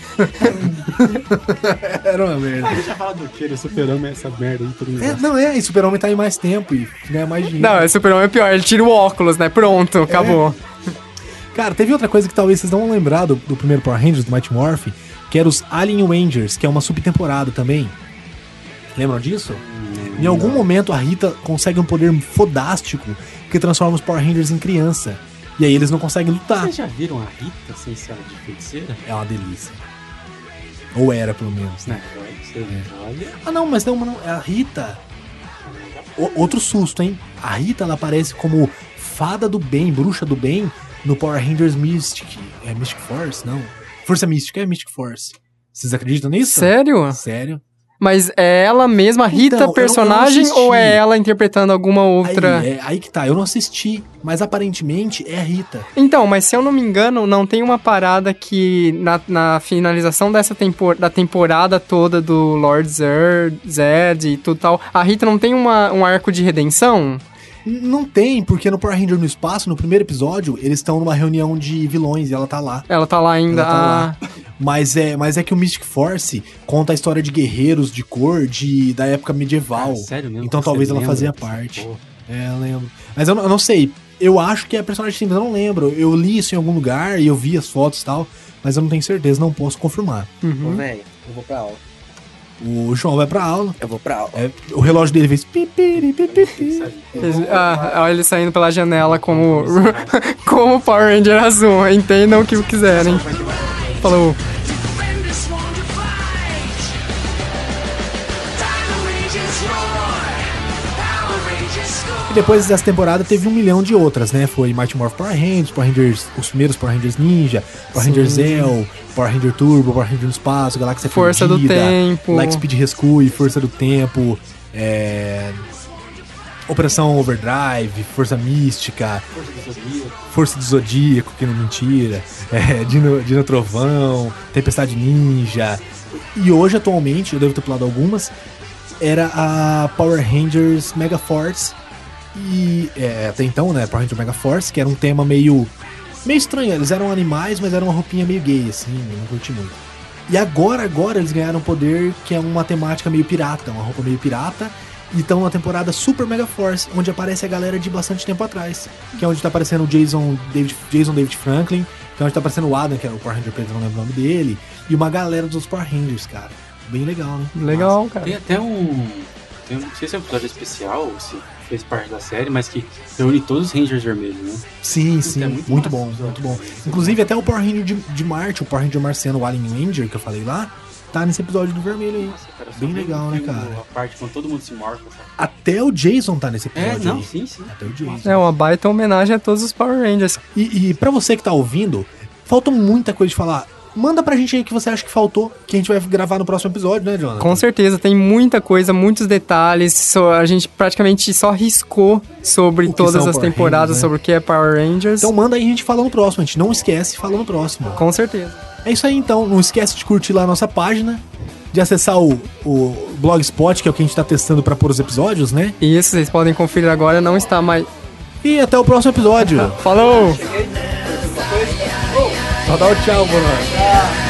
D: Era uma merda.
E: A gente já fala do que? Ele superou essa merda aí, todo mundo
D: É,
E: gosta.
D: não, é, e Super-Homem tá aí mais tempo e ganha mais dinheiro.
C: Não, esse Super-Homem é pior, ele tira o óculos, né? Pronto, acabou.
D: Cara, teve outra coisa que talvez vocês não vão lembrar do, do primeiro Power Rangers, do Mighty Morphin, que era os Alien Rangers, que é uma subtemporada também. Lembram disso? Em algum momento a Rita consegue um poder fodástico que transforma os Power Rangers em criança. E aí eles não conseguem lutar.
E: Vocês já viram a Rita sem ser de feiticeira?
D: É uma delícia. Ou era, pelo menos, né?
E: Não, você olha.
D: Ah, não, mas não, não. É a Rita. O- outro susto, hein? A Rita, ela aparece como fada do bem, bruxa do bem, no Power Rangers Mystic. É Mystic Force? Não. Força Mística é Mystic Force. Vocês acreditam nisso?
C: Sério?
D: Sério.
C: Mas é ela mesma, a Rita,
D: Então, eu não-
C: personagem,
D: eu não
C: ou é
D: assisti.
C: ela interpretando alguma outra?
D: Aí, é, aí que tá, eu não assisti, mas aparentemente é a Rita.
C: Então, mas se eu não me engano, não tem uma parada que na, na finalização dessa tempor da temporada toda do Lord Zed, Zed e tudo tal, a Rita não tem uma, um arco de redenção?
D: N- Não tem, porque no Power Ranger no Espaço, no primeiro episódio, eles estão numa reunião de vilões e ela tá lá.
C: Ela tá lá ainda.
D: Ela tá lá. Mas é, mas é que o Mystic Force conta a história de guerreiros de cor de, da época medieval.
E: Ah, sério mesmo?
D: Então
E: Você
D: talvez ela
E: lembra
D: fazia
E: dessa
D: parte.
E: porra?
D: É, eu lembro. Mas eu, não- eu não sei. Eu acho que é personagem simples, eu não lembro. Eu li isso em algum lugar e eu vi as fotos e tal, mas eu não tenho certeza, não posso confirmar.
F: Ô, velho, eu vou pra aula.
D: O João vai pra aula,
F: Eu vou pra aula.
D: é, o relógio dele fez pipi, pipi, pipi.
C: Eles- Ah, olha ele saindo pela janela como, como Power Ranger azul. Entendam o que quiserem. Falou.
D: E depois dessa temporada teve um milhão de outras, né? Foi Mighty Morphin Power Rangers, Power Rangers, os primeiros Power Rangers Ninja, Power Ranger Zell, Power Ranger Turbo, Power Ranger no Espaço, Galáxia
C: Força do
D: Perdida,
C: Tempo.
D: Lightspeed Rescue, Força do Tempo, é... Operação Overdrive, Força Mística, Força do Zodíaco, que não mentira, é, Dino, Dino Trovão, Tempestade Ninja. E hoje, atualmente, eu devo ter pulado algumas, era a Power Rangers Mega Force. E é, até então, né, Power Rangers Mega Force, que era um tema meio meio estranho. Eles eram animais, mas era uma roupinha meio gay, assim, eu não curti muito. E agora, agora eles ganharam um poder que é uma temática meio pirata, uma roupa meio pirata. E estão na temporada Super Mega Force, onde aparece a galera de bastante tempo atrás. Que é onde tá aparecendo o Jason David, Jason David Franklin, que é onde tá aparecendo o Adam, que era o Power Ranger preto, não lembro o nome dele. E uma galera dos Power Rangers, cara. Bem legal, né?
C: Legal,
E: Nossa,
C: cara.
E: Tem até um... Tem, não sei se é um episódio especial ou se fez parte da série, mas que reúne todos os Rangers vermelhos, né?
D: Sim, sim,
E: É
D: muito,
E: muito
D: bom,
E: massa,
D: muito bom. Inclusive até o Power Ranger de, de Marte, o Power Ranger marciano, o Alien Ranger, que eu falei lá, tá nesse episódio do vermelho aí.
E: Nossa, cara, só
D: Bem
E: vi
D: legal,
E: o
D: né,
E: filme,
D: cara?
E: A parte quando todo mundo se morfa, sabe?
D: Até o Jason tá nesse
E: É,
D: episódio
E: não,
D: aí.
E: sim, sim.
D: Até o Jason.
C: É uma baita homenagem a todos os Power Rangers.
D: E, e pra você que tá ouvindo, faltou muita coisa de falar. Manda pra gente aí o que você acha que faltou, que a gente vai gravar no próximo episódio, né, Jonathan?
C: Com certeza, tem muita coisa, muitos detalhes. So, a gente praticamente só riscou sobre
D: O que
C: todas
D: são
C: as
D: Power
C: temporadas,
D: Rangers, né?
C: sobre o que é Power Rangers.
D: Então manda aí e a gente fala no próximo. A gente não esquece, fala no próximo.
C: Com certeza.
D: É isso aí, então. Não esquece de curtir lá a nossa página, de acessar o, o Blogspot, que é o que a gente tá testando pra pôr os episódios, né?
C: E isso vocês podem conferir agora, não está mais...
D: E até o próximo episódio.
C: Falou!
D: Só dá o tchau, mano.